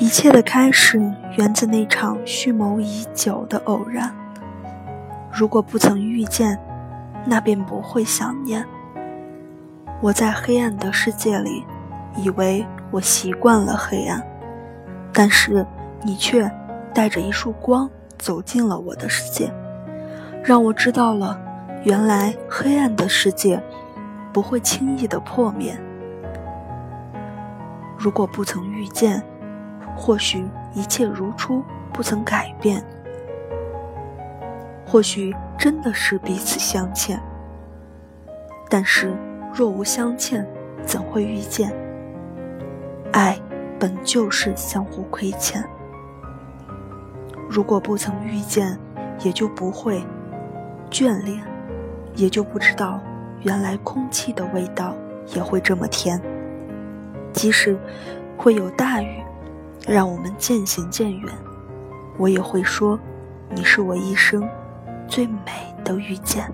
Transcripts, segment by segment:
一切的开始源自那场蓄谋已久的偶然。如果不曾遇见，那便不会想念。我在黑暗的世界里，以为我习惯了黑暗，但是你却带着一束光走进了我的世界，让我知道了，原来黑暗的世界不会轻易的破灭。如果不曾遇见，或许一切如初，不曾改变。或许真的是彼此相欠，但是若无相欠，怎会遇见？爱本就是相互亏欠。如果不曾遇见，也就不会眷恋，也就不知道原来空气的味道也会这么甜。即使会有大雨让我们渐行渐远，我也会说，你是我一生最美的遇见。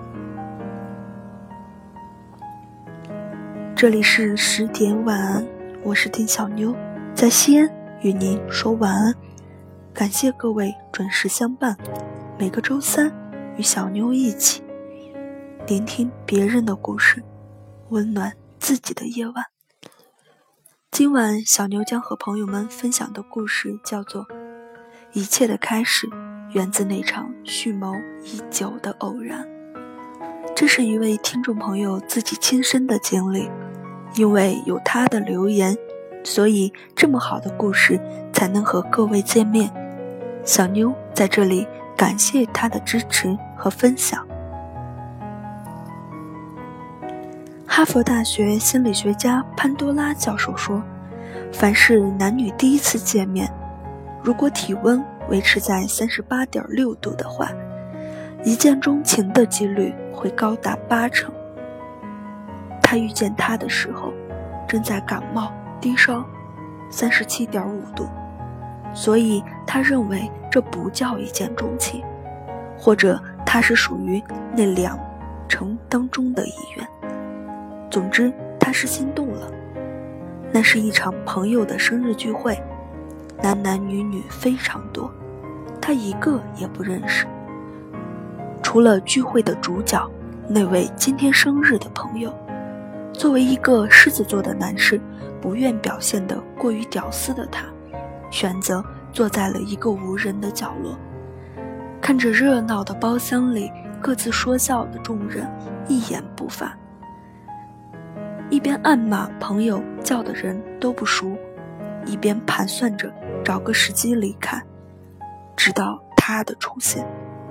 这里是10点晚安，我是丁小妞，在西安与您说晚安。感谢各位准时相伴，每个周三与小妞一起聆听别人的故事，温暖自己的夜晚。今晚小妞将和朋友们分享的故事叫做一切的开始源自那场蓄谋已久的偶然。这是一位听众朋友自己亲身的经历，因为有他的留言，所以这么好的故事才能和各位见面。小妞在这里感谢他的支持和分享。哈佛大学心理学家潘多拉教授说，凡是男女第一次见面，如果体温维持在38.6度的话，一见钟情的几率会高达80%。他遇见他的时候正在感冒低烧37.5度，所以他认为这不叫一见钟情，或者他是属于那2成当中的一员。总之他是心动了。那是一场朋友的生日聚会，男男女女非常多，他一个也不认识，除了聚会的主角那位今天生日的朋友。作为一个狮子座的男士，不愿表现得过于屌丝的他，选择坐在了一个无人的角落，看着热闹的包厢里各自说笑的众人，一言不发，一边暗骂朋友叫的人都不熟，一边盘算着找个时机离开，直到他的出现。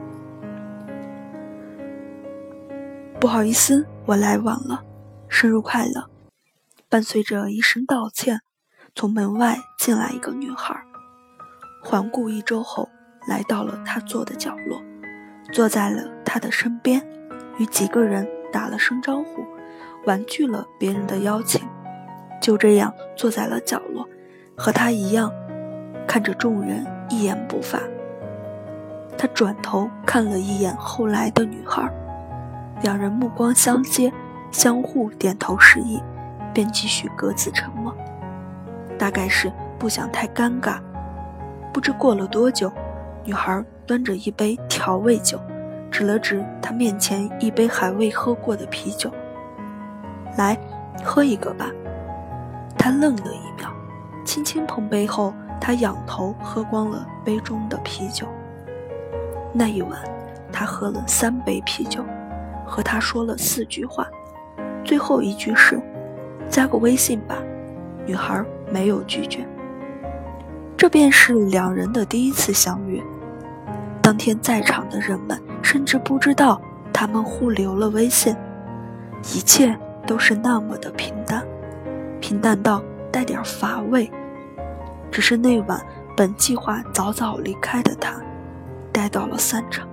不好意思，我来晚了，生日快乐。伴随着一声道歉，从门外进来一个女孩，环顾一周后来到了他坐的角落，坐在了他的身边，与几个人打了声招呼，婉拒了别人的邀请，就这样坐在了角落，和他一样看着众人一言不发。他转头看了一眼后来的女孩，两人目光相接，相互点头示意，便继续各自沉默，大概是不想太尴尬。不知过了多久，女孩端着一杯调味酒，指了指她面前一杯还未喝过的啤酒，来，喝一个吧。他愣了一秒，轻轻碰杯后，他仰头喝光了杯中的啤酒。那一晚他喝了3杯啤酒，和他说了4句话，最后一句是加个微信吧。女孩没有拒绝。这便是两人的第一次相遇。当天在场的人们甚至不知道他们互留了微信，一切都是那么的平淡，平淡到带点乏味。只是那晚本计划早早离开的他，待到了散场。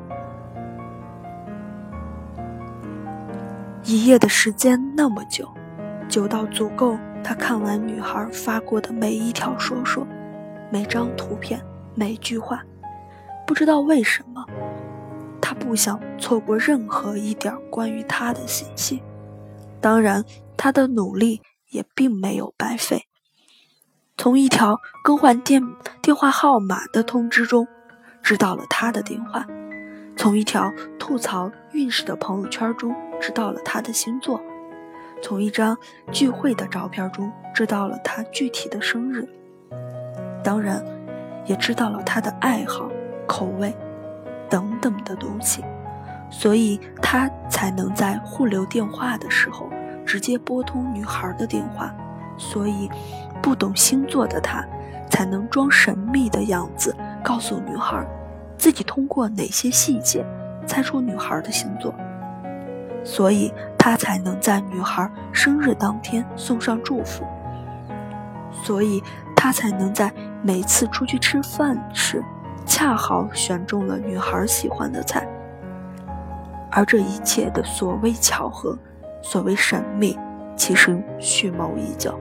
一夜的时间那么久，久到足够他看完女孩发过的每一条说说，每张图片，每句话。不知道为什么，他不想错过任何一点关于他的信息。当然，他的努力也并没有白费。 从一条更换电话号码的通知中知道了他的电话，从一条吐槽运势的朋友圈中知道了他的星座，从一张聚会的照片中知道了他具体的生日，当然也知道了他的爱好、口味等等的东西，所以他才能在互留电话的时候直接拨通女孩的电话，所以不懂星座的他才能装神秘的样子告诉女孩自己通过哪些细节猜出女孩的星座，所以他才能在女孩生日当天送上祝福，所以他才能在每次出去吃饭时恰好选中了女孩喜欢的菜。而这一切的所谓巧合，所谓神秘，其实蓄谋已久。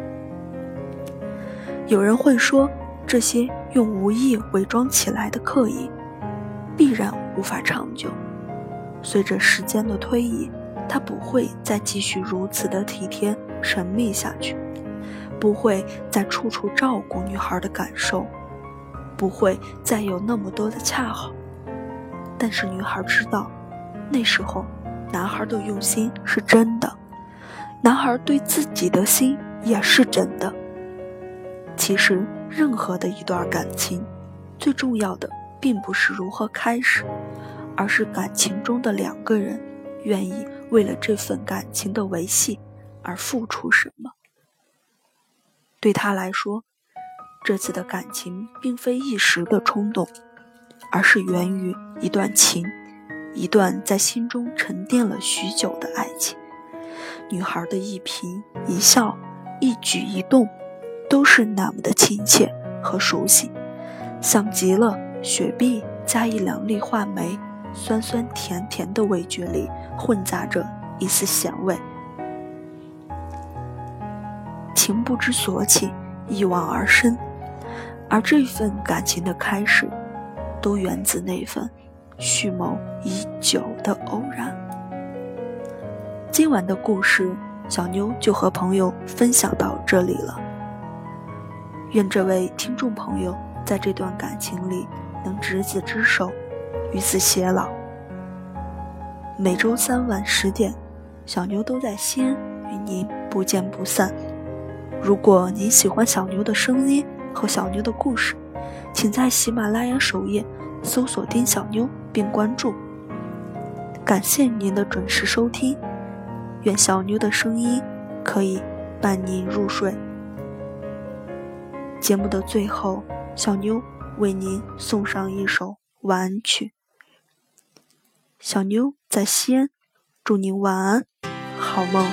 有人会说，这些用无意伪装起来的刻意必然无法长久，随着时间的推移，他不会再继续如此的体贴神秘下去，不会再处处照顾女孩的感受，不会再有那么多的恰好。但是女孩知道，那时候男孩的用心是真的，男孩对自己的心也是真的。其实任何的一段感情，最重要的并不是如何开始，而是感情中的两个人愿意为了这份感情的维系而付出什么。对他来说，这次的感情并非一时的冲动，而是源于一段情，一段在心中沉淀了许久的爱情。女孩的一颦一笑，一举一动，都是那么的亲切和熟悉，像极了雪碧加一两粒话梅，酸酸甜甜的味觉里混杂着一丝咸味。情不知所起，一往而深，而这份感情的开始，都源自那份蓄谋已久的偶然。今晚的故事，小妞就和朋友分享到这里了。愿这位听众朋友在这段感情里能执子之手，与子偕老。每周三晚10点，小妞都在西安与您不见不散。如果您喜欢小妞的声音和小妞的故事，请在喜马拉雅首页搜索丁小妞并关注。感谢您的准时收听，愿小妞的声音可以伴您入睡。节目的最后，小妞为您送上一首晚安曲。小妞在西安，祝您晚安，好梦。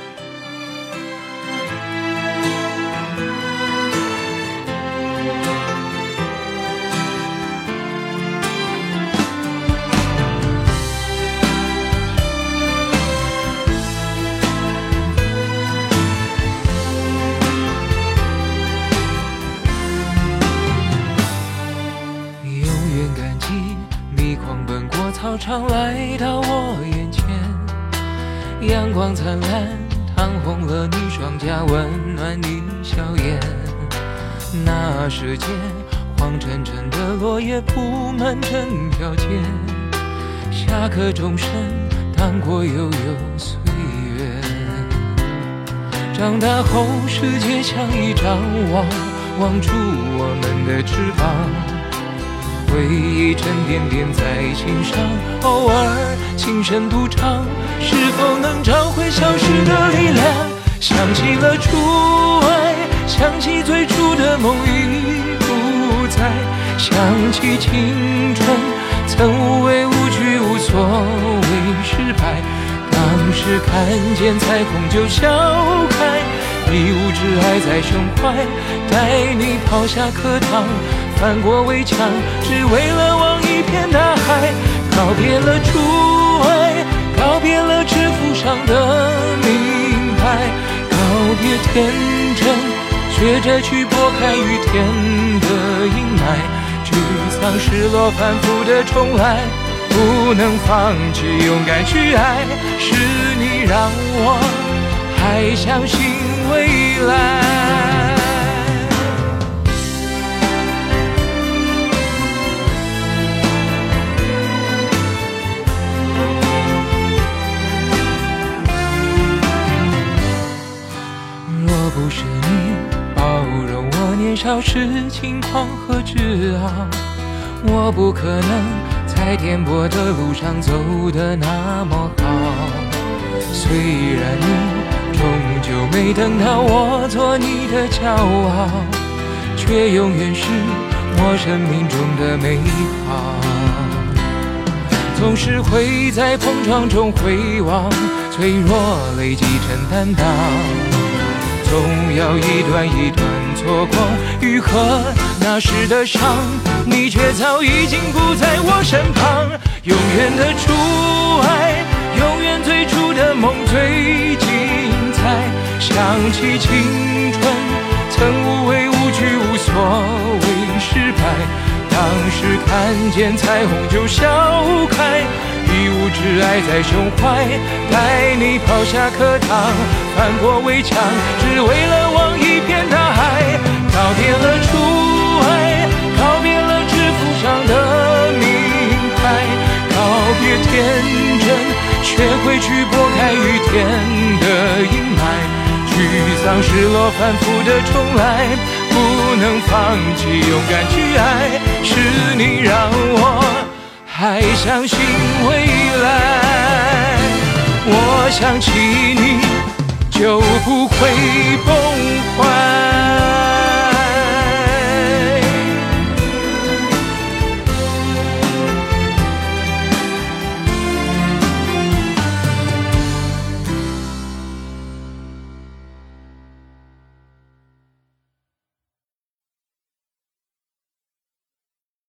操场来到我眼前，阳光灿烂，烫红了你双颊，温暖你笑颜。那时间，黄澄澄的落叶铺满整条街，下课钟声荡过悠悠岁月。长大后，世界像一张网，网住我们的翅膀。回忆沉甸甸在心上，偶尔轻声独唱，是否能找回消失的力量？想起了初爱，想起最初的梦已不在，想起青春曾无畏无惧，无所谓失败。当时看见彩虹就笑开，一无挚爱在胸怀，带你跑下课堂，翻过围墙，只为了望一片大海。告别了初爱，告别了制服上的名牌，告别天真，学着去拨开雨天的阴霾。沮丧失落反复的重来，不能放弃勇敢去爱，是你让我还相信未来。 不是你包容我年少时轻狂和自傲，我不可能在颠簸的路上走得那么好。虽然你终究没等到我做你的骄傲，却永远是我生命中的美好。总是会在碰撞中回望，脆弱累积成担当，总要一段一段错过愈合那时的伤，你却早已经不在我身旁。永远的初爱，永远最初的梦最精彩，想起青春曾无畏无惧无所谓失败，当时看见彩虹就笑开，一无挚爱在胸怀，带你跑下课堂，翻过围墙，只为了望一片大海。告别了初爱，告别了制服上的名牌，告别天真，学会去拨开雨天的阴霾。沮丧失落反复的重来，不能放弃勇敢去爱，是你让我还相信未来。我想起你就不会崩